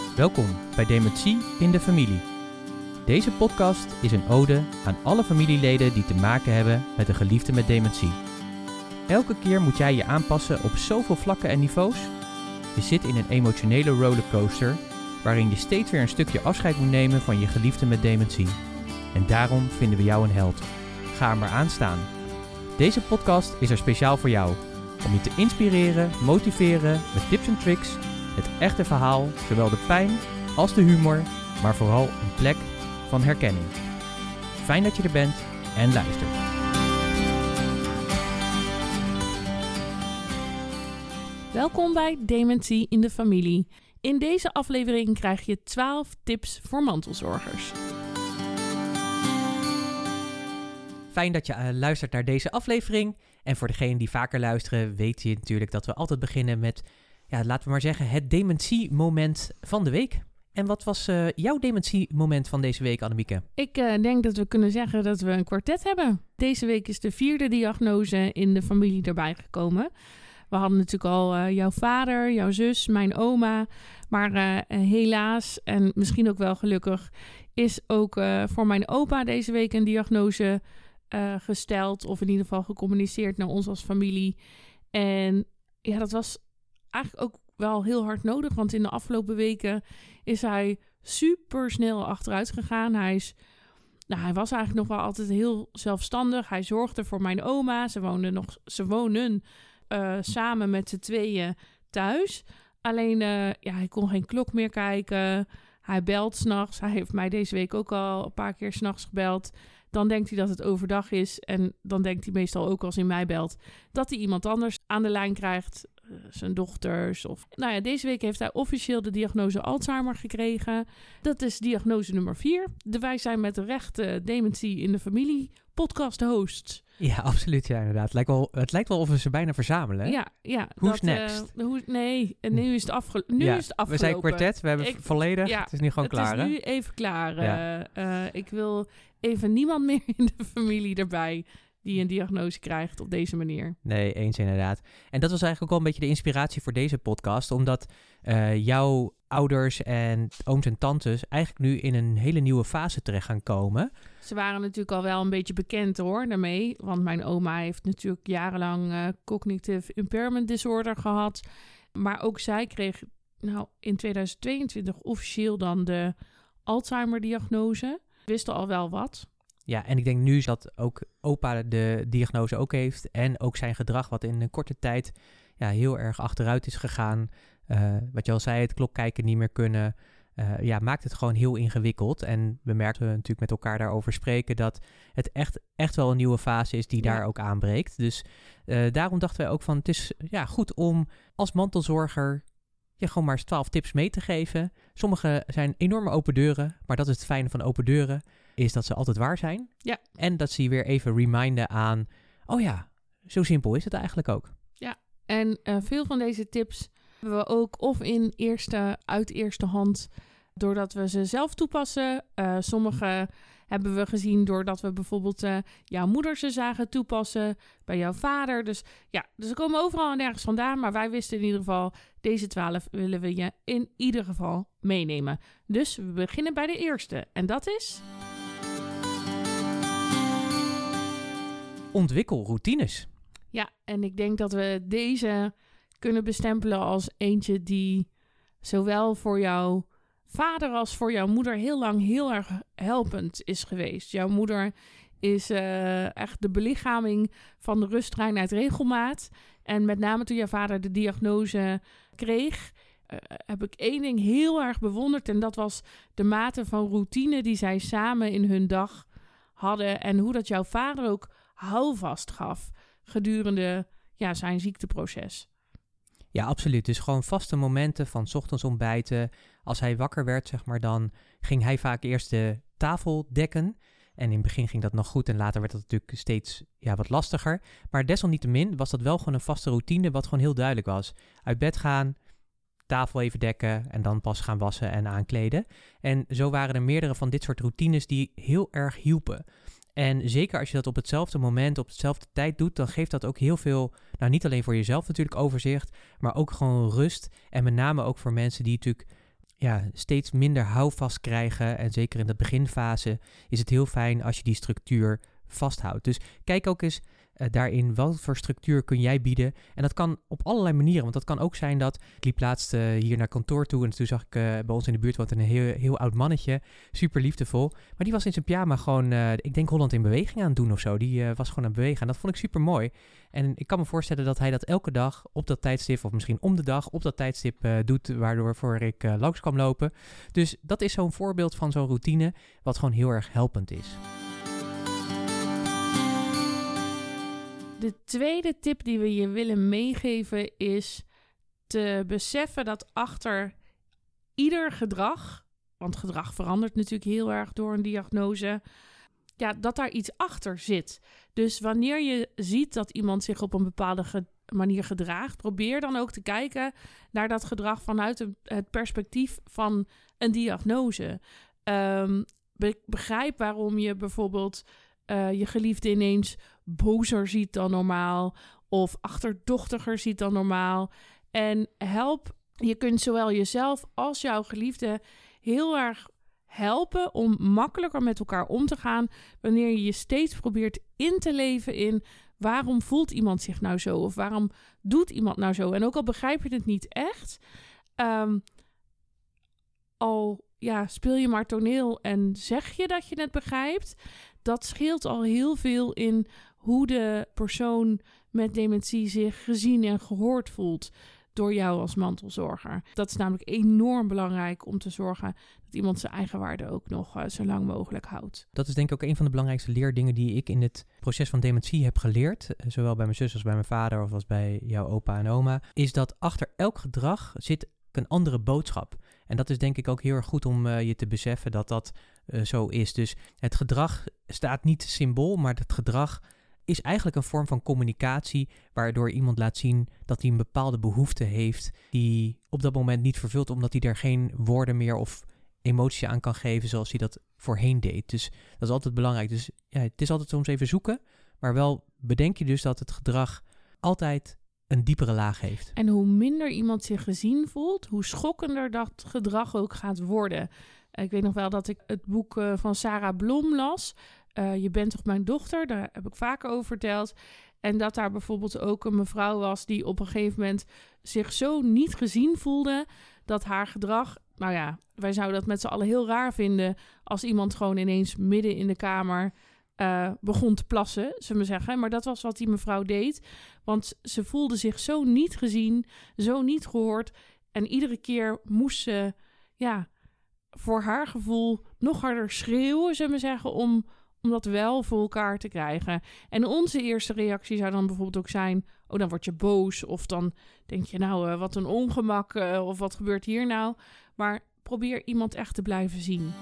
Welkom bij Dementie in de Familie. Deze podcast is een ode aan alle familieleden die te maken hebben met een geliefde met dementie. Elke keer moet jij je aanpassen op zoveel vlakken en niveaus. Je zit in een emotionele rollercoaster waarin je steeds weer een stukje afscheid moet nemen van je geliefde met dementie. En daarom vinden we jou een held. Ga er maar aan staan. Deze podcast is er speciaal voor jou. Om je te inspireren, motiveren met tips en tricks, het echte verhaal, zowel de pijn als de humor, maar vooral een plek van herkenning. Fijn dat je er bent en luistert. Welkom bij Dementie in de Familie. In deze aflevering krijg je 12 tips voor mantelzorgers. Fijn dat je luistert naar deze aflevering. En voor degenen die vaker luisteren, weet je natuurlijk dat we altijd beginnen met, laten we maar zeggen, het dementiemoment van de week. En wat was jouw dementiemoment van deze week, Annemieke? Ik denk dat we kunnen zeggen dat we een kwartet hebben. Deze week is de 4e diagnose in de familie erbij gekomen. We hadden natuurlijk al jouw vader, jouw zus, mijn oma. Maar helaas, en misschien ook wel gelukkig, is ook voor mijn opa deze week een diagnose gesteld. Of in ieder geval gecommuniceerd naar ons als familie. En ja, dat was eigenlijk ook wel heel hard nodig. Want in de afgelopen weken is hij super snel achteruit gegaan. Hij was eigenlijk nog wel altijd heel zelfstandig. Hij zorgde voor mijn oma. Ze wonen samen met z'n tweeën thuis. Alleen, hij kon geen klok meer kijken. Hij belt 's nachts. Hij heeft mij deze week ook al een paar keer 's nachts gebeld. Dan denkt hij dat het overdag is. En dan denkt hij meestal ook als hij mij belt dat hij iemand anders aan de lijn krijgt. Zijn dochters. Deze week heeft hij officieel de diagnose Alzheimer gekregen. Dat is diagnose nummer 4. Wij zijn met recht Dementie in de Familie podcast hosts. Ja, absoluut. Ja, inderdaad. Het lijkt wel of we ze bijna verzamelen. Ja. Who's next? Nu is het afgelopen. We zijn kwartet. We hebben volledig. Ja, het is nu gewoon klaar. Het is nu even klaar. Ja. Ik wil even niemand meer in de familie erbij die een diagnose krijgt op deze manier. Nee, eens inderdaad. En dat was eigenlijk ook wel een beetje de inspiratie voor deze podcast, omdat jouw ouders en ooms en tantes eigenlijk nu in een hele nieuwe fase terecht gaan komen. Ze waren natuurlijk al wel een beetje bekend daarmee, want mijn oma heeft natuurlijk jarenlang cognitive impairment disorder gehad. Maar ook zij kreeg in 2022 officieel dan de Alzheimer-diagnose. Wisten al wel wat. Ja, en ik denk nu dat ook opa de diagnose ook heeft en ook zijn gedrag wat in een korte tijd heel erg achteruit is gegaan. Wat je al zei, het klokkijken niet meer kunnen, maakt het gewoon heel ingewikkeld. En we merkten natuurlijk met elkaar daarover spreken dat het echt wel een nieuwe fase is die daar ook aanbreekt. Dus daarom dachten wij ook van het is goed om als mantelzorger gewoon maar eens 12 tips mee te geven. Sommige zijn enorme open deuren, maar dat is het fijne van open deuren, is dat ze altijd waar zijn. Ja. En dat ze je weer even reminden aan, zo simpel is het eigenlijk ook. Ja, en veel van deze tips hebben we ook of uit eerste hand, doordat we ze zelf toepassen. Sommige hebben we gezien doordat we bijvoorbeeld jouw moeder ze zagen toepassen, bij jouw vader. Dus ze komen overal en nergens vandaan. Maar wij wisten in ieder geval, deze 12 willen we je in ieder geval meenemen. Dus we beginnen bij de eerste. En dat is... Ontwikkel routines. Ja, en ik denk dat we deze kunnen bestempelen als eentje die zowel voor jouw vader als voor jouw moeder heel lang heel erg helpend is geweest. Jouw moeder is echt de belichaming van de rust, reinheid, regelmaat. En met name toen jouw vader de diagnose kreeg, heb ik één ding heel erg bewonderd. En dat was de mate van routine die zij samen in hun dag hadden. En hoe dat jouw vader ook houvast gaf gedurende zijn ziekteproces. Ja, absoluut. Dus gewoon vaste momenten van 's ochtends ontbijten. Als hij wakker werd, dan ging hij vaak eerst de tafel dekken. En in het begin ging dat nog goed en later werd dat natuurlijk steeds wat lastiger. Maar desalniettemin was dat wel gewoon een vaste routine wat gewoon heel duidelijk was. Uit bed gaan, tafel even dekken en dan pas gaan wassen en aankleden. En zo waren er meerdere van dit soort routines die heel erg hielpen. En zeker als je dat op hetzelfde moment, op dezelfde tijd doet, dan geeft dat ook heel veel, niet alleen voor jezelf natuurlijk overzicht, maar ook gewoon rust. En met name ook voor mensen die natuurlijk steeds minder houvast krijgen. En zeker in de beginfase is het heel fijn als je die structuur vasthoudt. Dus kijk ook eens daarin, wat voor structuur kun jij bieden? En dat kan op allerlei manieren, want dat kan ook zijn dat... Ik liep laatst hier naar kantoor toe en toen zag ik bij ons in de buurt een heel oud mannetje, super liefdevol. Maar die was in zijn pyjama gewoon, ik denk Holland in beweging aan het doen of zo. Die was gewoon aan het bewegen en dat vond ik super mooi. En ik kan me voorstellen dat hij dat elke dag op dat tijdstip, of misschien om de dag op dat tijdstip doet, waardoor ik langs kwam lopen. Dus dat is zo'n voorbeeld van zo'n routine, wat gewoon heel erg helpend is. De tweede tip die we je willen meegeven is te beseffen dat achter ieder gedrag, want gedrag verandert natuurlijk heel erg door een diagnose, dat daar iets achter zit. Dus wanneer je ziet dat iemand zich op een bepaalde manier gedraagt, probeer dan ook te kijken naar dat gedrag vanuit het perspectief van een diagnose. Begrijp waarom je bijvoorbeeld je geliefde ineens bozer ziet dan normaal of achterdochtiger ziet dan normaal. En je kunt zowel jezelf als jouw geliefde heel erg helpen om makkelijker met elkaar om te gaan wanneer je je steeds probeert in te leven in waarom voelt iemand zich nou zo of waarom doet iemand nou zo. En ook al begrijp je het niet echt, speel je maar toneel en zeg je dat je het begrijpt, dat scheelt al heel veel in hoe de persoon met dementie zich gezien en gehoord voelt door jou als mantelzorger. Dat is namelijk enorm belangrijk om te zorgen dat iemand zijn eigen waarde ook nog zo lang mogelijk houdt. Dat is denk ik ook een van de belangrijkste leerdingen die ik in het proces van dementie heb geleerd, zowel bij mijn zus als bij mijn vader of als bij jouw opa en oma, is dat achter elk gedrag zit een andere boodschap. En dat is denk ik ook heel erg goed om je te beseffen dat dat zo is. Dus het gedrag staat niet symbool, maar het gedrag is eigenlijk een vorm van communicatie waardoor iemand laat zien dat hij een bepaalde behoefte heeft die op dat moment niet vervult, omdat hij er geen woorden meer of emotie aan kan geven zoals hij dat voorheen deed. Dus dat is altijd belangrijk. Dus het is altijd soms even zoeken, maar wel bedenk je dus dat het gedrag altijd een diepere laag heeft. En hoe minder iemand zich gezien voelt, hoe schokkender dat gedrag ook gaat worden. Ik weet nog wel dat ik het boek van Sarah Blom las. Je bent toch mijn dochter? Daar heb ik vaker over verteld. En dat daar bijvoorbeeld ook een mevrouw was die op een gegeven moment zich zo niet gezien voelde dat haar gedrag, wij zouden dat met z'n allen heel raar vinden als iemand gewoon ineens midden in de kamer begon te plassen, zullen we zeggen. Maar dat was wat die mevrouw deed. Want ze voelde zich zo niet gezien, zo niet gehoord. En iedere keer moest ze, voor haar gevoel nog harder schreeuwen, zullen we zeggen, om dat wel voor elkaar te krijgen. En onze eerste reactie zou dan bijvoorbeeld ook zijn, dan word je boos. Of dan denk je, wat een ongemak. Of wat gebeurt hier nou? Maar probeer iemand echt te blijven zien.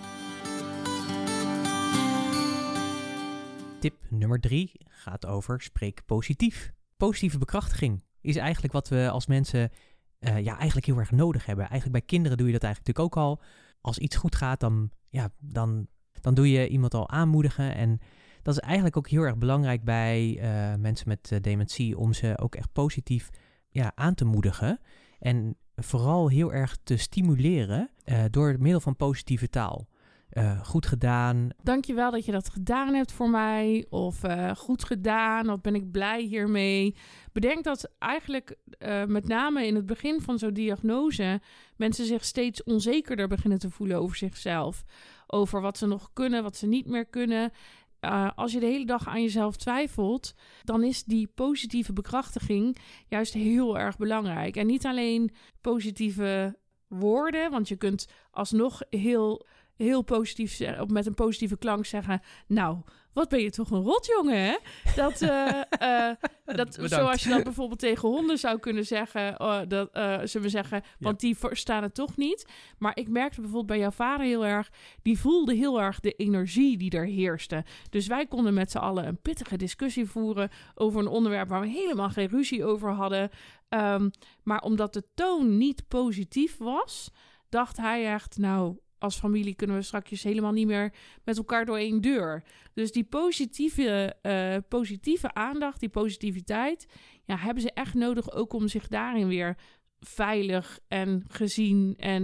Tip nummer 3 gaat over spreek positief. Positieve bekrachtiging is eigenlijk wat we als mensen eigenlijk heel erg nodig hebben. Eigenlijk bij kinderen doe je dat eigenlijk natuurlijk ook al. Als iets goed gaat, dan doe je iemand al aanmoedigen. En dat is eigenlijk ook heel erg belangrijk bij mensen met dementie om ze ook echt positief aan te moedigen. En vooral heel erg te stimuleren door middel van positieve taal. Goed gedaan. Dankjewel dat je dat gedaan hebt voor mij. Of goed gedaan. Wat ben ik blij hiermee. Bedenk dat eigenlijk met name in het begin van zo'n diagnose mensen zich steeds onzekerder beginnen te voelen over zichzelf. Over wat ze nog kunnen, wat ze niet meer kunnen. Als je de hele dag aan jezelf twijfelt, dan is die positieve bekrachtiging juist heel erg belangrijk. En niet alleen positieve woorden, want je kunt alsnog heel positief, met een positieve klank zeggen, wat ben je toch een rotjongen, hè? Dat zoals je dat bijvoorbeeld tegen honden zou kunnen zeggen, zullen we zeggen, want die verstaan het toch niet. Maar ik merkte bijvoorbeeld bij jouw vader heel erg, die voelde heel erg de energie die er heerste. Dus wij konden met z'n allen een pittige discussie voeren over een onderwerp waar we helemaal geen ruzie over hadden. Maar omdat de toon niet positief was, dacht hij echt, als familie kunnen we straks helemaal niet meer met elkaar door één deur. Dus die positieve aandacht, die positiviteit, hebben ze echt nodig ook om zich daarin weer veilig en gezien en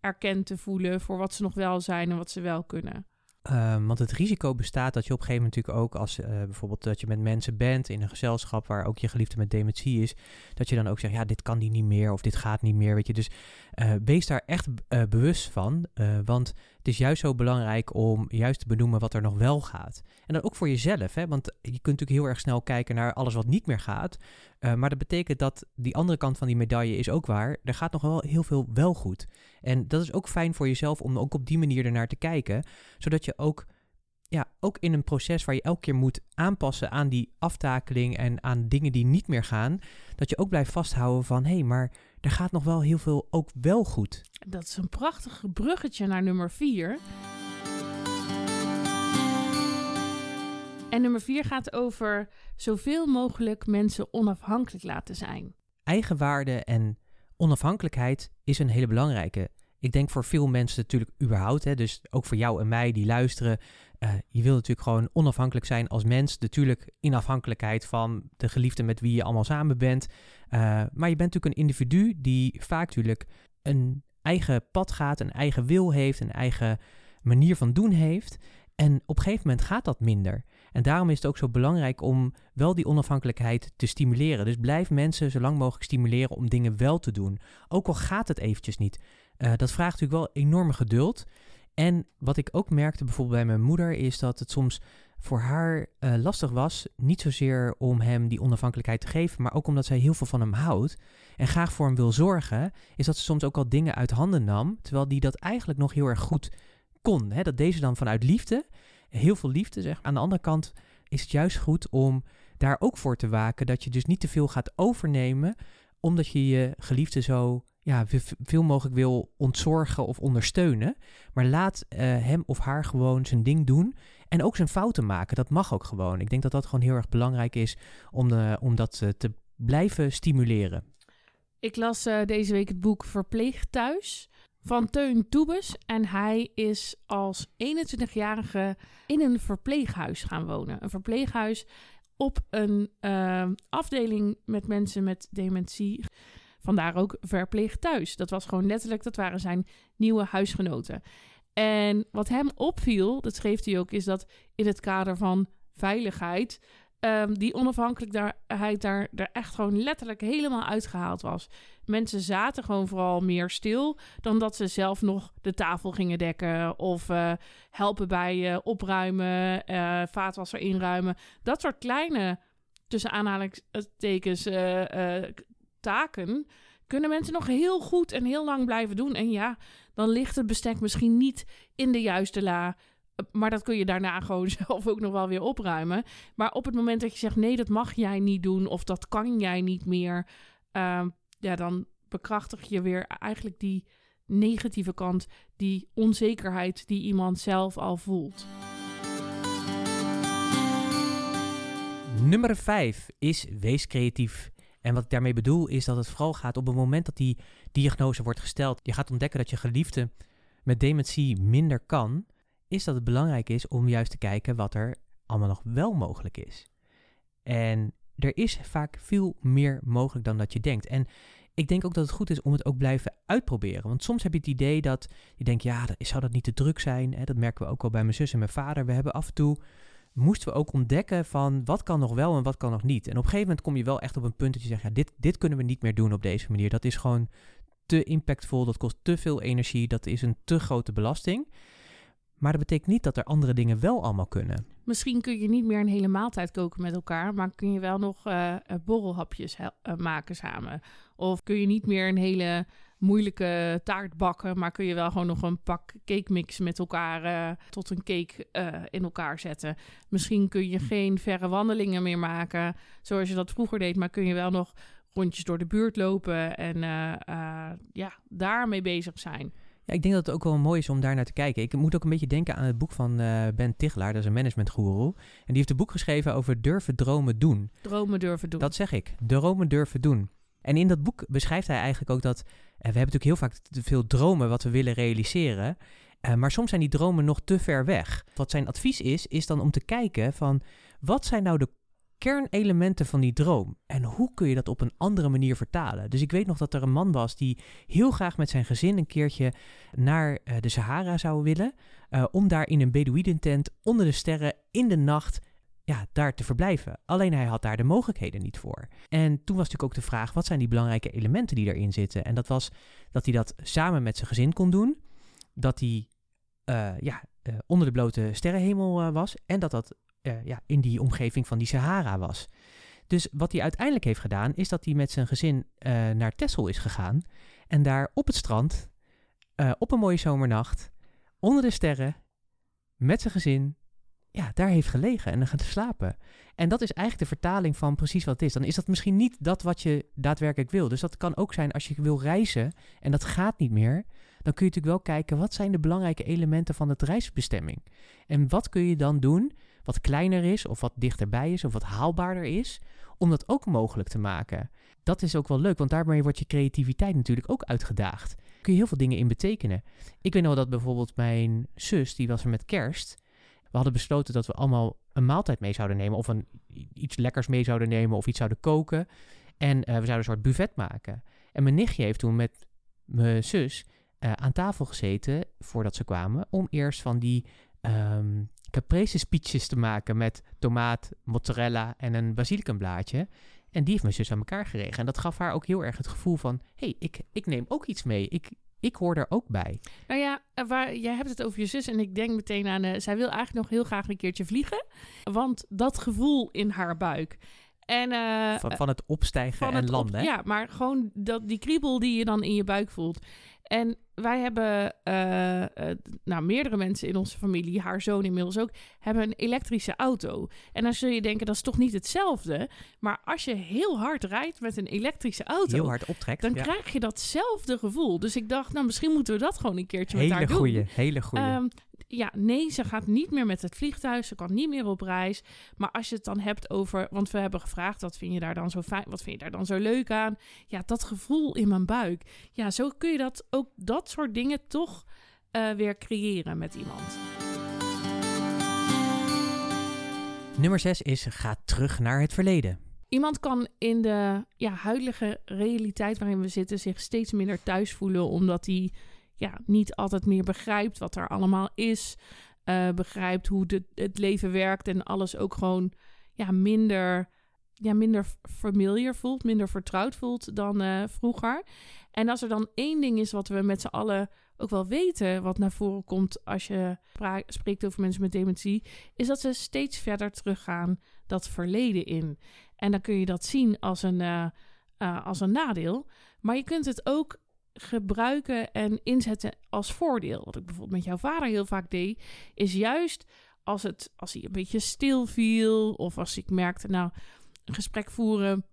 erkend te voelen voor wat ze nog wel zijn en wat ze wel kunnen. Want het risico bestaat dat je op een gegeven moment natuurlijk ook als bijvoorbeeld dat je met mensen bent in een gezelschap waar ook je geliefde met dementie is, dat je dan ook zegt, ja, dit kan die niet meer of dit gaat niet meer, weet je. Dus wees daar echt bewust van, want het is juist zo belangrijk om juist te benoemen wat er nog wel gaat. En dan ook voor jezelf, hè, want je kunt natuurlijk heel erg snel kijken naar alles wat niet meer gaat, maar dat betekent dat die andere kant van die medaille is ook waar. Er gaat nog wel heel veel wel goed. En dat is ook fijn voor jezelf om ook op die manier ernaar te kijken, zodat je ook in een proces waar je elke keer moet aanpassen aan die aftakeling en aan dingen die niet meer gaan, dat je ook blijft vasthouden van, hé, maar er gaat nog wel heel veel ook wel goed. Dat is een prachtig bruggetje naar nummer 4. En nummer 4 gaat over zoveel mogelijk mensen onafhankelijk laten zijn. Eigenwaarde en onafhankelijkheid is een hele belangrijke. Ik denk voor veel mensen natuurlijk überhaupt, hè, dus ook voor jou en mij die luisteren, je wil natuurlijk gewoon onafhankelijk zijn als mens. Natuurlijk in afhankelijkheid van de geliefde met wie je allemaal samen bent. Maar je bent natuurlijk een individu die vaak natuurlijk een eigen pad gaat, een eigen wil heeft, een eigen manier van doen heeft. En op een gegeven moment gaat dat minder. En daarom is het ook zo belangrijk om wel die onafhankelijkheid te stimuleren. Dus blijf mensen zo lang mogelijk stimuleren om dingen wel te doen. Ook al gaat het eventjes niet. Dat vraagt natuurlijk wel enorm geduld. En wat ik ook merkte bijvoorbeeld bij mijn moeder is dat het soms voor haar lastig was. Niet zozeer om hem die onafhankelijkheid te geven, maar ook omdat zij heel veel van hem houdt en graag voor hem wil zorgen, is dat ze soms ook al dingen uit handen nam, terwijl die dat eigenlijk nog heel erg goed kon. Hè? Dat deed ze dan vanuit liefde, heel veel liefde zeg. Aan de andere kant is het juist goed om daar ook voor te waken dat je dus niet te veel gaat overnemen, omdat je je geliefde zo veel mogelijk wil ontzorgen of ondersteunen. Maar laat hem of haar gewoon zijn ding doen en ook zijn fouten maken. Dat mag ook gewoon. Ik denk dat dat gewoon heel erg belangrijk is om dat te blijven stimuleren. Ik las deze week het boek Verpleeg Thuis van Teun Toebes. En hij is als 21-jarige in een verpleeghuis gaan wonen. Een verpleeghuis op een afdeling met mensen met dementie. Vandaar ook Verpleeg Thuis. Dat was gewoon letterlijk, dat waren zijn nieuwe huisgenoten. En wat hem opviel, dat schreef hij ook, is dat in het kader van veiligheid die onafhankelijkheid daar echt gewoon letterlijk helemaal uitgehaald was. Mensen zaten gewoon vooral meer stil dan dat ze zelf nog de tafel gingen dekken of helpen bij opruimen, vaatwasser inruimen. Dat soort kleine, tussen aanhalingstekens, taken kunnen mensen nog heel goed en heel lang blijven doen. En ja, dan ligt het bestek misschien niet in de juiste la, maar dat kun je daarna gewoon zelf ook nog wel weer opruimen. Maar op het moment dat je zegt, nee, dat mag jij niet doen of dat kan jij niet meer, dan bekrachtig je weer eigenlijk die negatieve kant, die onzekerheid die iemand zelf al voelt. Nummer 5 is wees creatief. En wat ik daarmee bedoel is dat het vooral gaat op het moment dat die diagnose wordt gesteld. Je gaat ontdekken dat je geliefde met dementie minder kan. Is dat het belangrijk is om juist te kijken wat er allemaal nog wel mogelijk is. En er is vaak veel meer mogelijk dan dat je denkt. En ik denk ook dat het goed is om het ook blijven uitproberen. Want soms heb je het idee dat je denkt, zou dat niet te druk zijn? Dat merken we ook wel bij mijn zus en mijn vader. We hebben af en toe, moesten we ook ontdekken van wat kan nog wel en wat kan nog niet. En op een gegeven moment kom je wel echt op een punt dat je zegt, dit kunnen we niet meer doen op deze manier. Dat is gewoon te impactvol, dat kost te veel energie, dat is een te grote belasting. Maar dat betekent niet dat er andere dingen wel allemaal kunnen. Misschien kun je niet meer een hele maaltijd koken met elkaar, maar kun je wel nog borrelhapjes maken samen. Of kun je niet meer een hele moeilijke taart bakken, maar kun je wel gewoon nog een pak cake mix met elkaar tot een cake in elkaar zetten. Misschien kun je geen verre wandelingen meer maken zoals je dat vroeger deed, maar kun je wel nog rondjes door de buurt lopen en daarmee bezig zijn. Ja, ik denk dat het ook wel mooi is om daar naar te kijken. Ik moet ook een beetje denken aan het boek van Ben Tichelaar, dat is een managementgoeroe. En die heeft een boek geschreven over durven dromen doen. Dromen durven doen. Dat zeg ik, dromen durven doen. En in dat boek beschrijft hij eigenlijk ook dat, we hebben natuurlijk heel vaak te veel dromen wat we willen realiseren. Maar soms zijn die dromen nog te ver weg. Wat zijn advies is dan om te kijken van, wat zijn nou de kernelementen van die droom. En hoe kun je dat op een andere manier vertalen? Dus ik weet nog dat er een man was die heel graag met zijn gezin een keertje naar de Sahara zou willen. Om daar in een Bedouinentent onder de sterren in de nacht daar te verblijven. Alleen hij had daar de mogelijkheden niet voor. En toen was natuurlijk ook de vraag, wat zijn die belangrijke elementen die erin zitten? En dat was dat hij dat samen met zijn gezin kon doen. Dat hij onder de blote sterrenhemel was. En dat in die omgeving van die Sahara was. Dus wat hij uiteindelijk heeft gedaan, is dat hij met zijn gezin naar Texel is gegaan. En daar op het strand, op een mooie zomernacht, onder de sterren, met zijn gezin, daar heeft gelegen en gaan slapen. En dat is eigenlijk de vertaling van precies wat het is. Dan is dat misschien niet dat wat je daadwerkelijk wil. Dus dat kan ook zijn als je wil reizen en dat gaat niet meer. Dan kun je natuurlijk wel kijken, wat zijn de belangrijke elementen van het reisbestemming? En wat kun je dan doen wat kleiner is of wat dichterbij is of wat haalbaarder is, om dat ook mogelijk te maken? Dat is ook wel leuk, want daarmee wordt je creativiteit natuurlijk ook uitgedaagd. Daar kun je heel veel dingen in betekenen. Ik weet nog dat bijvoorbeeld mijn zus, die was er met kerst. We hadden besloten dat we allemaal een maaltijd mee zouden nemen of iets lekkers mee zouden nemen of iets zouden koken. En we zouden een soort buffet maken. En mijn nichtje heeft toen met mijn zus aan tafel gezeten voordat ze kwamen om eerst van die caprese speeches te maken met tomaat, mozzarella en een basilicumblaadje. En die heeft mijn zus aan elkaar geregen. En dat gaf haar ook heel erg het gevoel van, hey, ik neem ook iets mee. Ik hoor er ook bij. Nou ja, jij hebt het over je zus en ik denk meteen aan, zij wil eigenlijk nog heel graag een keertje vliegen. Want dat gevoel in haar buik. En, van het opstijgen en landen. Ja, maar gewoon die kriebel die je dan in je buik voelt. En wij hebben, meerdere mensen in onze familie, haar zoon inmiddels ook, hebben een elektrische auto. En dan zul je denken, dat is toch niet hetzelfde? Maar als je heel hard rijdt met een elektrische auto, heel hard optrekt, dan krijg je datzelfde gevoel. Dus ik dacht, misschien moeten we dat gewoon een keertje met haar doen. Hele goeie. Nee, ze gaat niet meer met het vliegtuig. Ze kan niet meer op reis. Maar als je het dan hebt over, want we hebben gevraagd, wat vind je daar dan zo fijn? Wat vind je daar dan zo leuk aan? Ja, dat gevoel in mijn buik. Ja, zo kun je dat soort dingen toch weer creëren met iemand. Nummer 6 is, ga terug naar het verleden. Iemand kan in de huidige realiteit waarin we zitten zich steeds minder thuis voelen, omdat hij niet altijd meer begrijpt wat er allemaal is. Begrijpt hoe het leven werkt en alles ook gewoon minder familiar voelt, minder vertrouwd voelt dan vroeger. En als er dan één ding is wat we met z'n allen ook wel weten, wat naar voren komt als je spreekt over mensen met dementie, is dat ze steeds verder teruggaan dat verleden in. En dan kun je dat zien als een nadeel. Maar je kunt het ook gebruiken en inzetten als voordeel. Wat ik bijvoorbeeld met jouw vader heel vaak deed, is juist als hij een beetje stil viel, of als ik merkte, een gesprek voeren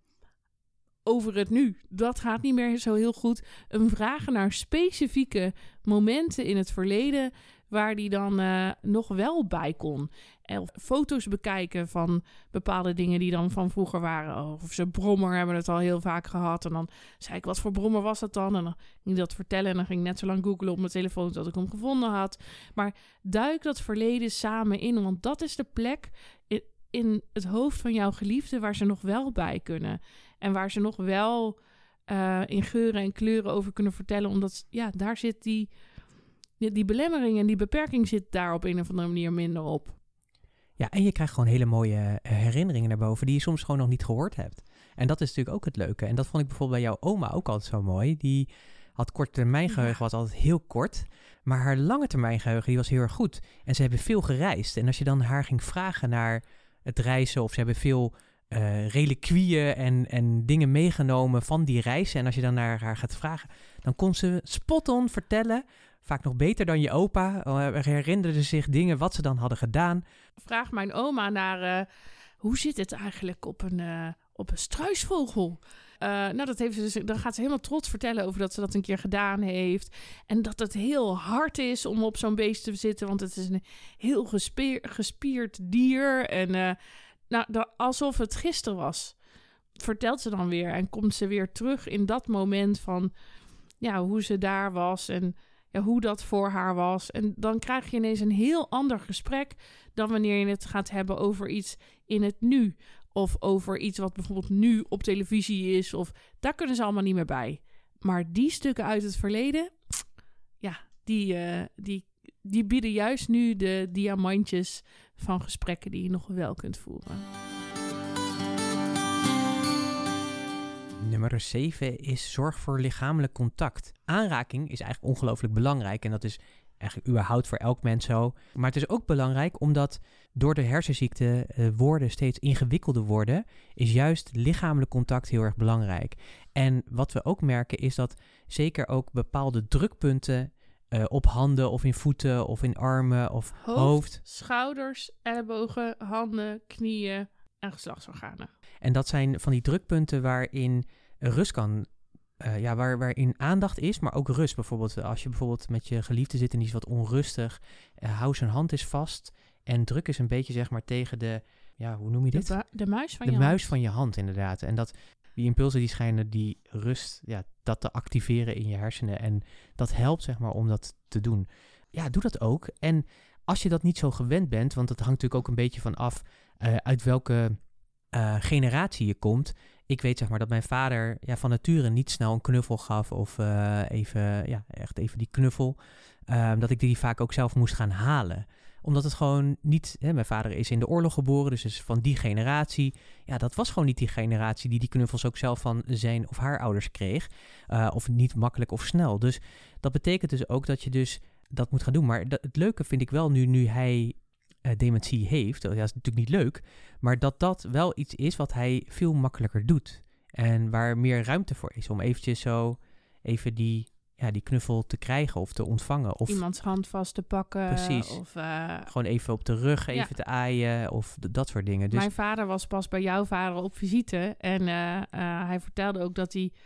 over het nu, dat gaat niet meer zo heel goed. Een vragen naar specifieke momenten in het verleden waar die dan nog wel bij kon. Of foto's bekijken van bepaalde dingen die dan van vroeger waren. Of ze brommer hebben we het al heel vaak gehad. En dan zei ik, wat voor brommer was dat dan? En dan ging ik dat vertellen en dan ging ik net zo lang googlen op mijn telefoon tot ik hem gevonden had. Maar duik dat verleden samen in, want dat is de plek in het hoofd van jouw geliefde waar ze nog wel bij kunnen. En waar ze nog wel in geuren en kleuren over kunnen vertellen. Omdat daar zit die belemmering en die beperking zit daar op een of andere manier minder op. Ja, en je krijgt gewoon hele mooie herinneringen naar boven die je soms gewoon nog niet gehoord hebt. En dat is natuurlijk ook het leuke. En dat vond ik bijvoorbeeld bij jouw oma ook altijd zo mooi. Die had korttermijngeheugen, was altijd heel kort. Maar haar lange termijn geheugen die was heel erg goed. En ze hebben veel gereisd. En als je dan haar ging vragen naar het reizen, of ze hebben veel reliquieën en dingen meegenomen van die reizen. En als je dan naar haar gaat vragen, dan kon ze spot-on vertellen, vaak nog beter dan je opa, herinnerde zich dingen wat ze dan hadden gedaan. Vraag mijn oma naar, hoe zit het eigenlijk op een struisvogel? Dat heeft ze dus, dan gaat ze helemaal trots vertellen over dat ze dat een keer gedaan heeft. En dat het heel hard is om op zo'n beest te zitten, want het is een heel gespierd dier. En alsof het gisteren was, vertelt ze dan weer. En komt ze weer terug in dat moment van hoe ze daar was en hoe dat voor haar was. En dan krijg je ineens een heel ander gesprek dan wanneer je het gaat hebben over iets in het nu. Of over iets wat bijvoorbeeld nu op televisie is. Of daar kunnen ze allemaal niet meer bij. Maar die stukken uit het verleden, ja, die bieden juist nu de diamantjes van gesprekken die je nog wel kunt voeren. Nummer 7 is zorg voor lichamelijk contact. Aanraking is eigenlijk ongelooflijk belangrijk en dat is eigenlijk überhaupt voor elk mens zo. Maar het is ook belangrijk omdat door de hersenziekte woorden steeds ingewikkelder worden, is juist lichamelijk contact heel erg belangrijk. En wat we ook merken is dat zeker ook bepaalde drukpunten op handen of in voeten of in armen of hoofd. Schouders, ellebogen, handen, knieën en geslachtsorganen. En dat zijn van die drukpunten waarin rust kan, waarin aandacht is, maar ook rust. Bijvoorbeeld als je bijvoorbeeld met je geliefde zit en die is wat onrustig, hou zijn hand eens vast en druk eens een beetje zeg maar tegen de, hoe noem je dit? De muis van de je muis hand. van je hand, inderdaad. En dat die impulsen die schijnen die rust, dat te activeren in je hersenen. En dat helpt zeg maar om dat te doen. Ja, doe dat ook. En als je dat niet zo gewend bent, want dat hangt natuurlijk ook een beetje van af uit welke generatie je komt. Ik weet zeg maar dat mijn vader van nature niet snel een knuffel gaf of echt even die knuffel. Dat ik die vaak ook zelf moest gaan halen. Omdat het gewoon niet, mijn vader is in de oorlog geboren, dus is van die generatie. Ja, dat was gewoon niet die generatie die knuffels ook zelf van zijn of haar ouders kreeg. Of niet makkelijk of snel. Dus dat betekent dus ook dat je dus dat moet gaan doen. Maar het leuke vind ik wel nu hij dementie heeft. Dat is natuurlijk niet leuk, maar dat wel iets is wat hij veel makkelijker doet. En waar meer ruimte voor is om eventjes zo even die knuffel te krijgen of te ontvangen. Of iemands hand vast te pakken. Precies. Of gewoon even op de rug even te aaien of dat soort dingen. Dus mijn vader was pas bij jouw vader op visite. En hij vertelde ook dat hij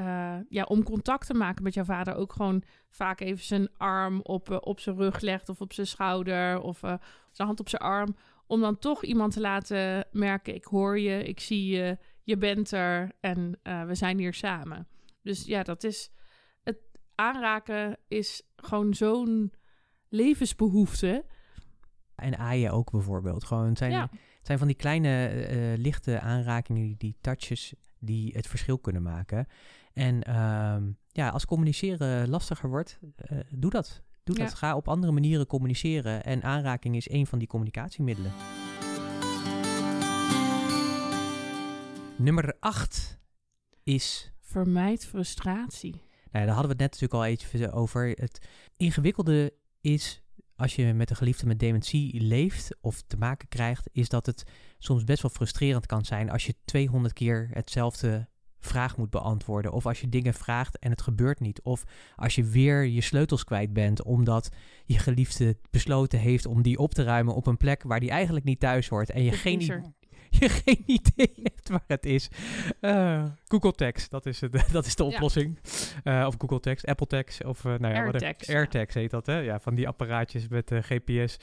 om contact te maken met jouw vader ook gewoon vaak even zijn arm op zijn rug legt of op zijn schouder of zijn hand op zijn arm. Om dan toch iemand te laten merken, ik hoor je, ik zie je, je bent er en we zijn hier samen. Dus ja, dat is het aanraken is gewoon zo'n levensbehoefte. En aaien ook bijvoorbeeld. Gewoon het zijn van die kleine lichte aanrakingen, die touches die het verschil kunnen maken. En als communiceren lastiger wordt, doe dat. Dat. Ga op andere manieren communiceren. En aanraking is een van die communicatiemiddelen. Nummer 8 is vermijd frustratie. Nou, daar hadden we het net natuurlijk al even over. Het ingewikkelde is, als je met een geliefde met dementie leeft of te maken krijgt, is dat het soms best wel frustrerend kan zijn als je 200 keer hetzelfde vraag moet beantwoorden. Of als je dingen vraagt en het gebeurt niet. Of als je weer je sleutels kwijt bent omdat je geliefde besloten heeft om die op te ruimen op een plek waar die eigenlijk niet thuis hoort. En je geen idee hebt waar het is. Google Text, dat is de oplossing. Of Google Text, Apple Text of AirTags heet dat, hè? Ja, van die apparaatjes met GPS.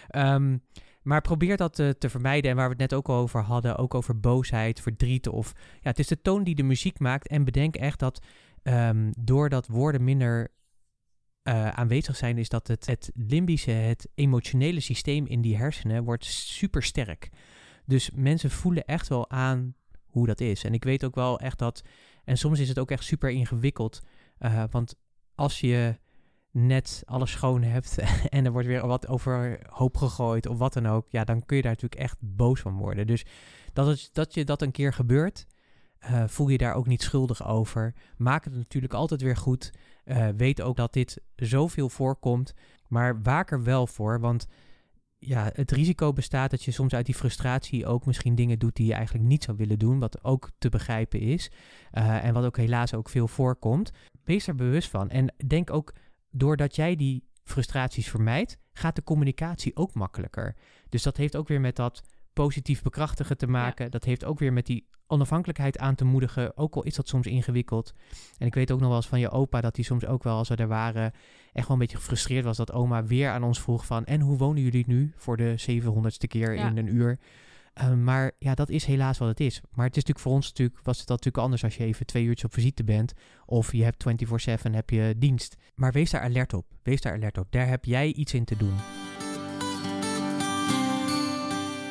Maar probeer dat te vermijden. En waar we het net ook al over hadden, ook over boosheid, verdriet of het is de toon die de muziek maakt. En bedenk echt dat doordat woorden minder aanwezig zijn, is dat het limbische, het emotionele systeem in die hersenen wordt super sterk. Dus mensen voelen echt wel aan hoe dat is. En ik weet ook wel echt dat, en soms is het ook echt super ingewikkeld. Want als je net alles schoon hebt en er wordt weer wat overhoop gegooid of wat dan ook, dan kun je daar natuurlijk echt boos van worden. Dus dat je dat een keer gebeurt, voel je daar ook niet schuldig over. Maak het natuurlijk altijd weer goed. Weet ook dat dit zoveel voorkomt, maar waak er wel voor, want het risico bestaat dat je soms uit die frustratie ook misschien dingen doet die je eigenlijk niet zou willen doen, wat ook te begrijpen is en wat ook helaas ook veel voorkomt. Wees er bewust van en denk ook, doordat jij die frustraties vermijdt, gaat de communicatie ook makkelijker. Dus dat heeft ook weer met dat positief bekrachtigen te maken. Ja. Dat heeft ook weer met die onafhankelijkheid aan te moedigen, ook al is dat soms ingewikkeld. En ik weet ook nog wel eens van je opa, dat hij soms ook wel, als we er waren, echt wel een beetje gefrustreerd was dat oma weer aan ons vroeg van, en hoe wonen jullie nu voor de 700ste keer in een uur? Maar dat is helaas wat het is. Maar het is natuurlijk voor ons was het natuurlijk anders als je even 2 uurtjes op visite bent. Of je hebt 24/7 heb je dienst. Maar wees daar alert op. Daar heb jij iets in te doen.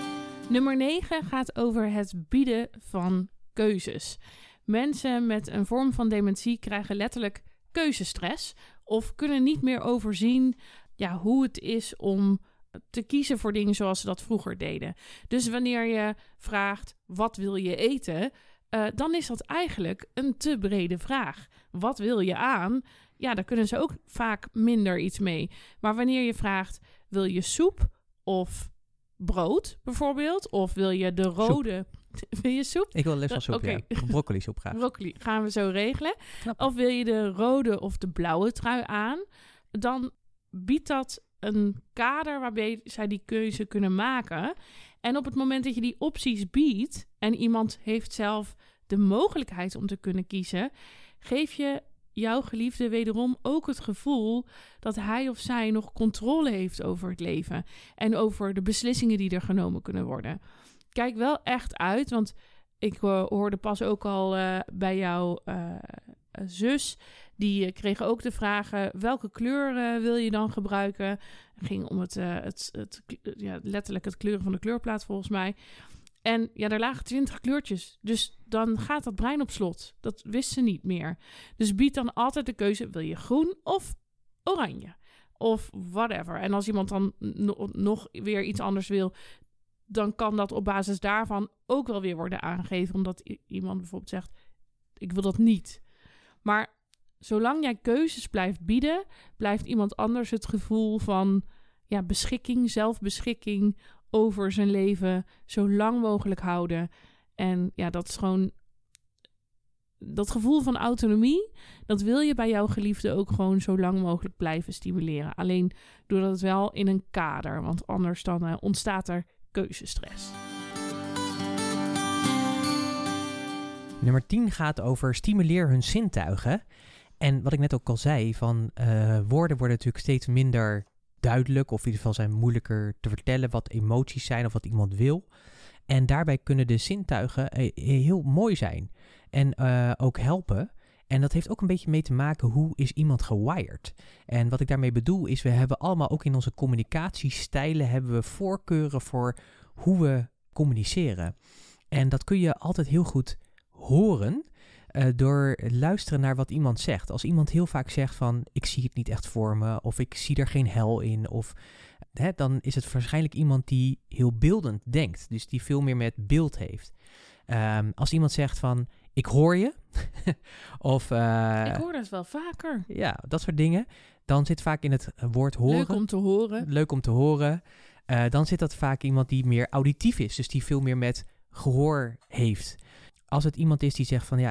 Nummer 9 gaat over het bieden van keuzes. Mensen met een vorm van dementie krijgen letterlijk keuzestress of kunnen niet meer overzien hoe het is om te kiezen voor dingen zoals ze dat vroeger deden. Dus wanneer je vraagt, wat wil je eten? Dan is dat eigenlijk een te brede vraag. Wat wil je aan? Ja, daar kunnen ze ook vaak minder iets mee. Maar wanneer je vraagt, wil je soep of brood bijvoorbeeld? Of wil je de rode... Wil je soep? Ik wil les van soep, ja. Broccoli soep graag. Broccoli gaan we zo regelen. Knap. Of wil je de rode of de blauwe trui aan? Dan biedt dat een kader waarbij zij die keuze kunnen maken. En op het moment dat je die opties biedt en iemand heeft zelf de mogelijkheid om te kunnen kiezen, geef je jouw geliefde wederom ook het gevoel dat hij of zij nog controle heeft over het leven en over de beslissingen die er genomen kunnen worden. Kijk wel echt uit, want ik hoorde pas ook al bij jouw zus, die kreeg ook de vragen, welke kleur wil je dan gebruiken? Het ging om letterlijk het kleuren van de kleurplaat volgens mij. En ja, daar lagen 20 kleurtjes. Dus dan gaat dat brein op slot. Dat wist ze niet meer. Dus bied dan altijd de keuze, wil je groen of oranje? Of whatever. En als iemand dan nog weer iets anders wil, dan kan dat op basis daarvan ook wel weer worden aangegeven. Omdat iemand bijvoorbeeld zegt, ik wil dat niet. Maar zolang jij keuzes blijft bieden, blijft iemand anders het gevoel van beschikking, zelfbeschikking over zijn leven zo lang mogelijk houden. En dat is gewoon dat gevoel van autonomie, dat wil je bij jouw geliefde ook gewoon zo lang mogelijk blijven stimuleren. Alleen doe dat wel in een kader, want anders dan ontstaat er keuzestress. Nummer 10 gaat over stimuleer hun zintuigen. En wat ik net ook al zei, van woorden worden natuurlijk steeds minder duidelijk, of in ieder geval zijn moeilijker te vertellen wat emoties zijn of wat iemand wil. En daarbij kunnen de zintuigen heel mooi zijn en ook helpen. En dat heeft ook een beetje mee te maken, hoe is iemand gewired? En wat ik daarmee bedoel is, we hebben allemaal ook in onze communicatiestijlen hebben we voorkeuren voor hoe we communiceren. En dat kun je altijd heel goed horen door luisteren naar wat iemand zegt. Als iemand heel vaak zegt van, ik zie het niet echt voor me, of ik zie er geen hel in, of dan is het waarschijnlijk iemand die heel beeldend denkt. Dus die veel meer met beeld heeft. Als iemand zegt van, ik hoor je. Of, ik hoor dat wel vaker. Ja, dat soort dingen. Dan zit vaak in het woord horen. Leuk om te horen. Dan zit dat vaak iemand die meer auditief is. Dus die veel meer met gehoor heeft. Als het iemand is die zegt van,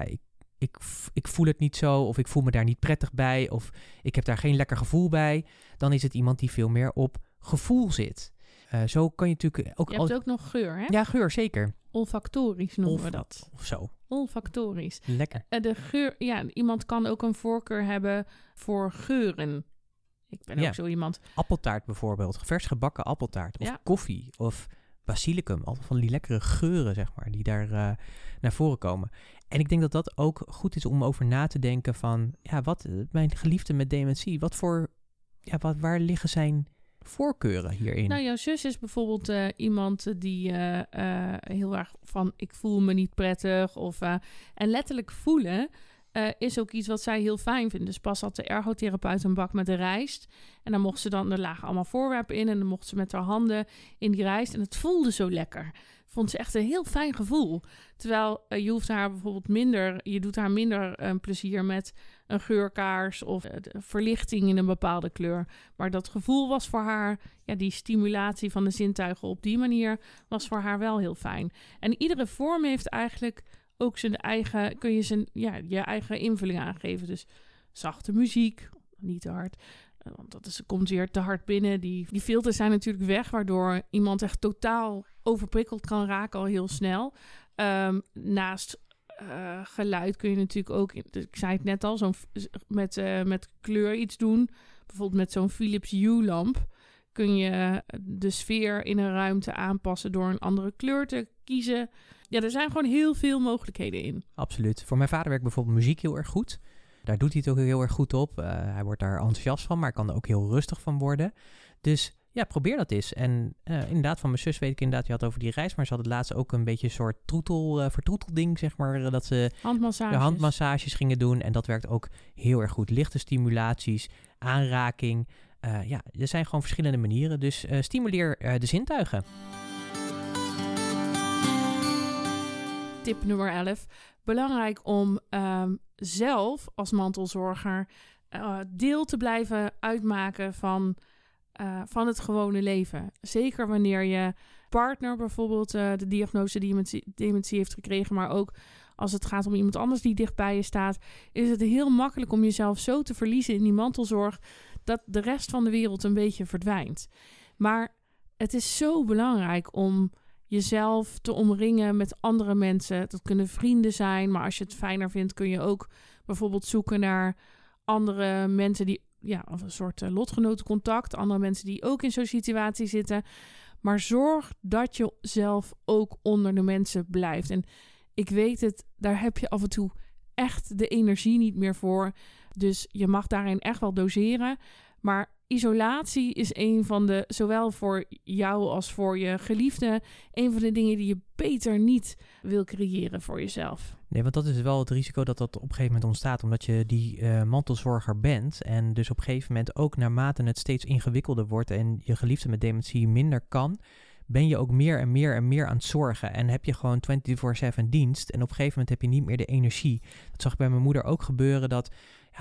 ik voel het niet zo, of ik voel me daar niet prettig bij, of ik heb daar geen lekker gevoel bij, dan is het iemand die veel meer op gevoel zit. Zo kan je natuurlijk ook... Je hebt ook nog geur, hè? Ja, geur, zeker. Olfactorisch noemen we dat. Of zo. Olfactorisch. Lekker. De geur, iemand kan ook een voorkeur hebben voor geuren. Ik ben ook zo iemand. Appeltaart bijvoorbeeld, vers gebakken appeltaart, of koffie, of basilicum. Altijd van die lekkere geuren, zeg maar, die daar naar voren komen. En ik denk dat dat ook goed is om over na te denken van, mijn geliefde met dementie, waar liggen zijn voorkeuren hierin? Nou, jouw zus is bijvoorbeeld iemand die heel erg van, ik voel me niet prettig, en letterlijk voelen is ook iets wat zij heel fijn vindt. Dus pas had de ergotherapeut een bak met de rijst. En dan mocht ze er lagen allemaal voorwerpen in. En dan mocht ze met haar handen in die rijst. En het voelde zo lekker. Vond ze echt een heel fijn gevoel. Terwijl je hoeft haar bijvoorbeeld je doet haar minder plezier met een geurkaars of verlichting in een bepaalde kleur. Maar dat gevoel was voor haar, die stimulatie van de zintuigen op die manier was voor haar wel heel fijn. En iedere vorm heeft eigenlijk ook zijn eigen, je eigen invulling aangeven. Dus zachte muziek, niet te hard, want komt weer te hard binnen. Die filters zijn natuurlijk weg, waardoor iemand echt totaal overprikkeld kan raken al heel snel. Naast geluid kun je natuurlijk ook, ik zei het net al, met kleur iets doen. Bijvoorbeeld met zo'n Philips Hue-lamp kun je de sfeer in een ruimte aanpassen door een andere kleur te kiezen. Ja, er zijn gewoon heel veel mogelijkheden in. Absoluut. Voor mijn vader werkt bijvoorbeeld muziek heel erg goed. Daar doet hij het ook heel erg goed op. Hij wordt daar enthousiast van, maar kan er ook heel rustig van worden. Dus Ja, probeer dat eens. En inderdaad, van mijn zus weet ik inderdaad, je had over die reis, maar ze had het laatst ook een beetje een soort vertroetelding, zeg maar, dat ze handmassages gingen doen. En dat werkt ook heel erg goed. Lichte stimulaties, aanraking. Er zijn gewoon verschillende manieren. Dus stimuleer de zintuigen. Tip nummer 11. Belangrijk om zelf als mantelzorger deel te blijven uitmaken van het gewone leven. Zeker wanneer je partner bijvoorbeeld de diagnose dementie heeft gekregen, maar ook als het gaat om iemand anders die dichtbij je staat, is het heel makkelijk om jezelf zo te verliezen in die mantelzorg dat de rest van de wereld een beetje verdwijnt. Maar het is zo belangrijk om jezelf te omringen met andere mensen. Dat kunnen vrienden zijn, maar als je het fijner vindt, kun je ook bijvoorbeeld zoeken naar andere mensen die, of een soort lotgenotencontact, andere mensen die ook in zo'n situatie zitten. Maar zorg dat je zelf ook onder de mensen blijft. En ik weet het, daar heb je af en toe echt de energie niet meer voor. Dus je mag daarin echt wel doseren. Maar isolatie is een van de, zowel voor jou als voor je geliefde, een van de dingen die je beter niet wil creëren voor jezelf. Nee, want dat is wel het risico dat op een gegeven moment ontstaat, omdat je die mantelzorger bent en dus op een gegeven moment ook naarmate het steeds ingewikkelder wordt en je geliefde met dementie minder kan, ben je ook meer en meer en meer aan het zorgen. En heb je gewoon 24/7 dienst en op een gegeven moment heb je niet meer de energie. Dat zag ik bij mijn moeder ook gebeuren, dat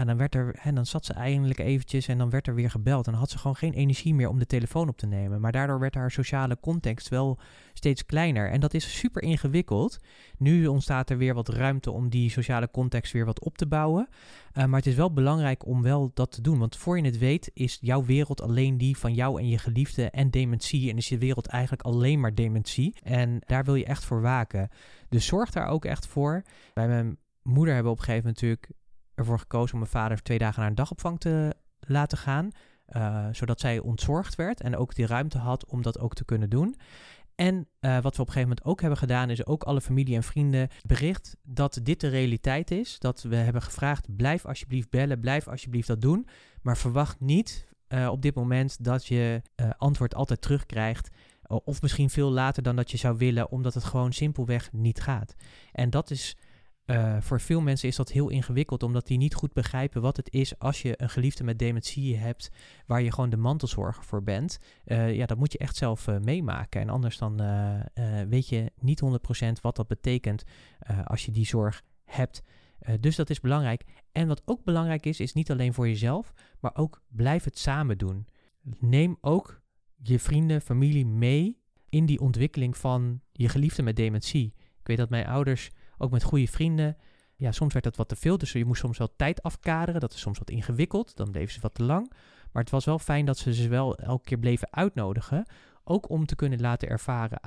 dan zat ze eindelijk eventjes en dan werd er weer gebeld. En dan had ze gewoon geen energie meer om de telefoon op te nemen. Maar daardoor werd haar sociale context wel steeds kleiner. En dat is super ingewikkeld. Nu ontstaat er weer wat ruimte om die sociale context weer wat op te bouwen. Maar het is wel belangrijk om wel dat te doen. Want voor je het weet is jouw wereld alleen die van jou en je geliefde en dementie. En is je wereld eigenlijk alleen maar dementie. En daar wil je echt voor waken. Dus zorg daar ook echt voor. Bij mijn moeder hebben we op een gegeven moment natuurlijk ervoor gekozen om mijn vader 2 dagen naar een dagopvang te laten gaan. Zodat zij ontzorgd werd en ook die ruimte had om dat ook te kunnen doen. En wat we op een gegeven moment ook hebben gedaan, is ook alle familie en vrienden bericht dat dit de realiteit is. Dat we hebben gevraagd, blijf alsjeblieft bellen, blijf alsjeblieft dat doen. Maar verwacht niet op dit moment dat je antwoord altijd terugkrijgt. Of misschien veel later dan dat je zou willen, omdat het gewoon simpelweg niet gaat. En dat is voor veel mensen is dat heel ingewikkeld, omdat die niet goed begrijpen wat het is als je een geliefde met dementie hebt, waar je gewoon de mantelzorger voor bent. Dat moet je echt zelf meemaken. En anders dan weet je niet 100% wat dat betekent als je die zorg hebt. Dus dat is belangrijk. En wat ook belangrijk is niet alleen voor jezelf, maar ook blijf het samen doen. Neem ook je vrienden, familie mee in die ontwikkeling van je geliefde met dementie. Ik weet dat mijn ouders ook met goede vrienden, soms werd dat wat te veel. Dus je moest soms wel tijd afkaderen. Dat is soms wat ingewikkeld. Dan bleven ze wat te lang. Maar het was wel fijn dat ze ze wel elke keer bleven uitnodigen. Ook om te kunnen laten ervaren.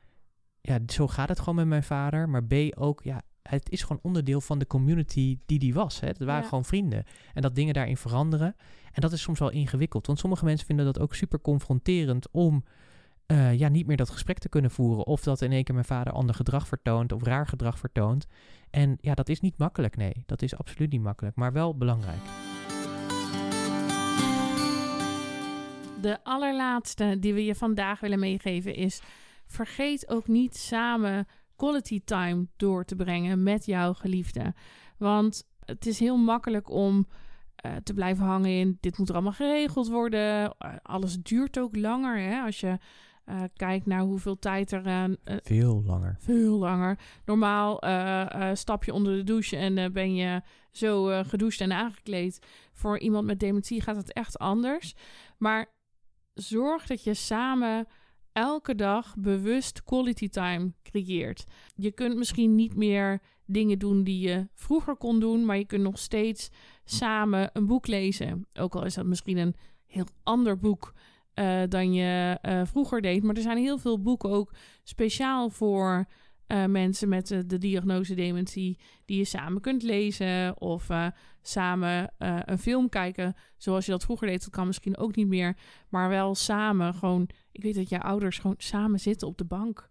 Zo gaat het gewoon met mijn vader. Maar B, ook, het is gewoon onderdeel van de community die was. Hè. Het waren gewoon vrienden. En dat dingen daarin veranderen. En dat is soms wel ingewikkeld. Want sommige mensen vinden dat ook super confronterend om niet meer dat gesprek te kunnen voeren. Of dat in één keer mijn vader ander gedrag vertoont of raar gedrag vertoont. En dat is niet makkelijk, nee. Dat is absoluut niet makkelijk, maar wel belangrijk. De allerlaatste die we je vandaag willen meegeven is: vergeet ook niet samen quality time door te brengen met jouw geliefde. Want het is heel makkelijk om te blijven hangen in dit moet er allemaal geregeld worden. Alles duurt ook langer, hè? Als je kijkt naar hoeveel tijd er Veel langer. Veel langer. Normaal stap je onder de douche en ben je zo gedoucht en aangekleed. Voor iemand met dementie gaat het echt anders. Maar zorg dat je samen elke dag bewust quality time creëert. Je kunt misschien niet meer dingen doen die je vroeger kon doen, maar je kunt nog steeds samen een boek lezen. Ook al is dat misschien een heel ander boek dan je vroeger deed. Maar er zijn heel veel boeken ook speciaal voor mensen met de diagnose dementie die je samen kunt lezen of samen een film kijken zoals je dat vroeger deed. Dat kan misschien ook niet meer, maar wel samen gewoon. Ik weet dat jouw ouders gewoon samen zitten op de bank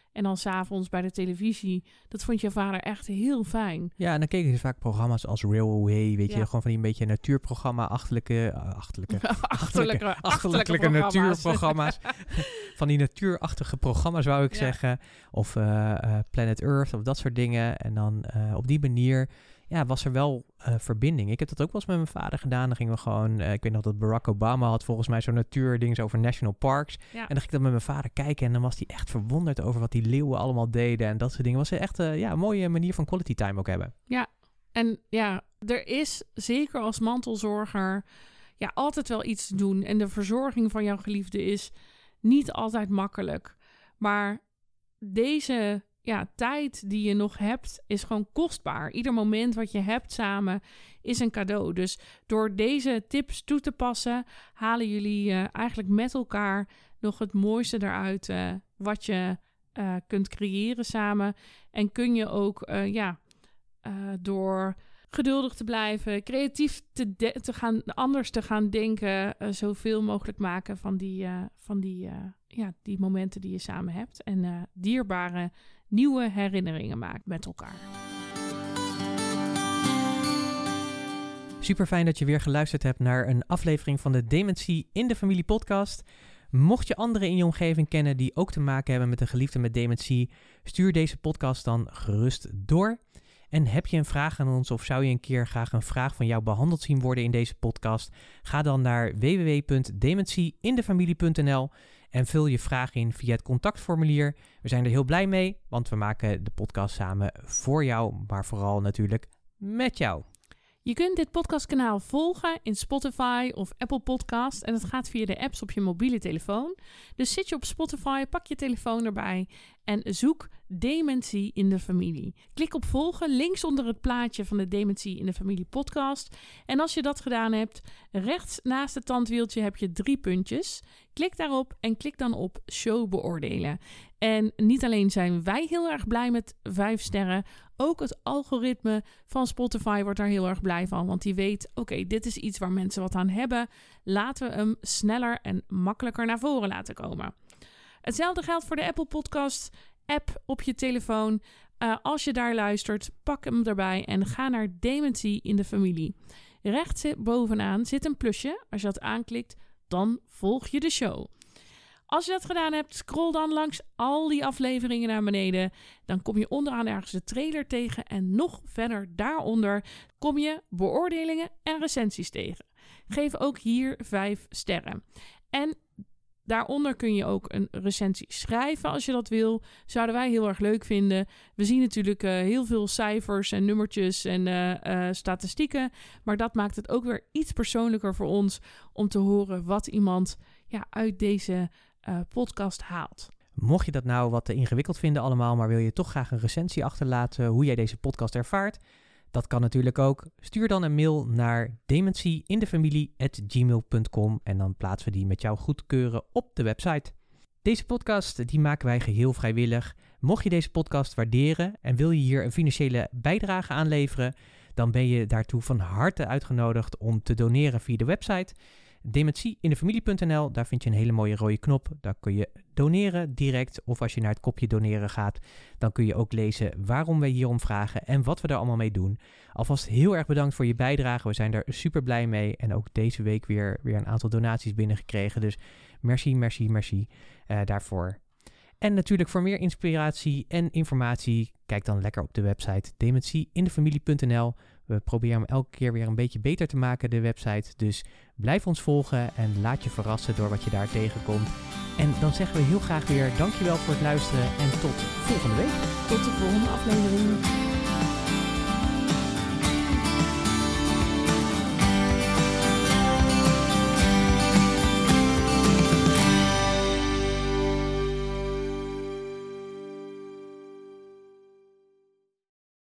En dan 's avonds bij de televisie. Dat vond je vader echt heel fijn. Ja, en dan keken ze vaak programma's als Railway, weet je, Ja. gewoon van die een beetje natuurprogramma, achterlijke Achterlijke natuurprogramma's. Van die natuurachtige programma's, wou ik Ja. zeggen. Of Planet Earth of dat soort dingen. En dan op die manier was er wel verbinding. Ik heb dat ook wel eens met mijn vader gedaan. Dan gingen we gewoon, ik weet nog dat Barack Obama had volgens mij zo'n natuurding over national parks. Ja. En dan ging ik dat met mijn vader kijken en dan was hij echt verwonderd over wat die leeuwen allemaal deden en dat soort dingen. Was echt een mooie manier van quality time ook hebben. En ja, er is zeker als mantelzorger altijd wel iets te doen. En de verzorging van jouw geliefde is niet altijd makkelijk. Maar deze tijd die je nog hebt is gewoon kostbaar. Ieder moment wat je hebt samen is een cadeau. Dus door deze tips toe te passen, halen jullie eigenlijk met elkaar nog het mooiste eruit wat je kunt creëren samen. En kun je ook door geduldig te blijven, creatief anders te gaan denken, zoveel mogelijk maken van die momenten die je samen hebt. En dierbare nieuwe herinneringen maakt met elkaar. Super fijn dat je weer geluisterd hebt naar een aflevering van de Dementie in de Familie podcast. Mocht je anderen in je omgeving kennen die ook te maken hebben met een geliefde met dementie, stuur deze podcast dan gerust door. En heb je een vraag aan ons of zou je een keer graag een vraag van jou behandeld zien worden in deze podcast? Ga dan naar www.dementieindefamilie.nl en vul je vraag in via het contactformulier. We zijn er heel blij mee, want we maken de podcast samen voor jou, maar vooral natuurlijk met jou. Je kunt dit podcastkanaal volgen in Spotify of Apple Podcast en het gaat via de apps op je mobiele telefoon. Dus zit je op Spotify, pak je telefoon erbij en zoek Dementie in de Familie. Klik op volgen links onder het plaatje van de Dementie in de Familie podcast. En als je dat gedaan hebt, rechts naast het tandwieltje heb je 3 puntjes. Klik daarop en klik dan op show beoordelen. En niet alleen zijn wij heel erg blij met 5 sterren, ook het algoritme van Spotify wordt daar heel erg blij van. Want die weet, oké, dit is iets waar mensen wat aan hebben. Laten we hem sneller en makkelijker naar voren laten komen. Hetzelfde geldt voor de Apple Podcast app op je telefoon. Als je daar luistert, pak hem erbij en ga naar Dementie in de Familie. Rechts bovenaan zit een plusje. Als je dat aanklikt, dan volg je de show. Als je dat gedaan hebt, scroll dan langs al die afleveringen naar beneden. Dan kom je onderaan ergens de trailer tegen. En nog verder daaronder kom je beoordelingen en recensies tegen. Geef ook hier 5 sterren. En daaronder kun je ook een recensie schrijven als je dat wil. Zouden wij heel erg leuk vinden. We zien natuurlijk heel veel cijfers en nummertjes en statistieken. Maar dat maakt het ook weer iets persoonlijker voor ons om te horen wat iemand uit deze podcast haalt. Mocht je dat nou wat te ingewikkeld vinden allemaal, maar wil je toch graag een recensie achterlaten hoe jij deze podcast ervaart? Dat kan natuurlijk ook. Stuur dan een mail naar dementieindefamilie@gmail.com en dan plaatsen we die met jouw goedkeuren op de website. Deze podcast die maken wij geheel vrijwillig. Mocht je deze podcast waarderen en wil je hier een financiële bijdrage aan leveren, dan ben je daartoe van harte uitgenodigd om te doneren via de website dementieindefamilie.nl. Daar vind je een hele mooie rode knop. Daar kun je doneren direct. Of als je naar het kopje doneren gaat, dan kun je ook lezen waarom we hierom vragen en wat we er allemaal mee doen. Alvast heel erg bedankt voor je bijdrage. We zijn er super blij mee. En ook deze week weer een aantal donaties binnengekregen. Dus merci daarvoor. En natuurlijk voor meer inspiratie en informatie, kijk dan lekker op de website dementieindefamilie.nl. We proberen hem elke keer weer een beetje beter te maken, de website. Dus blijf ons volgen en laat je verrassen door wat je daar tegenkomt. En dan zeggen we heel graag weer dankjewel voor het luisteren en tot volgende week. Tot de volgende aflevering.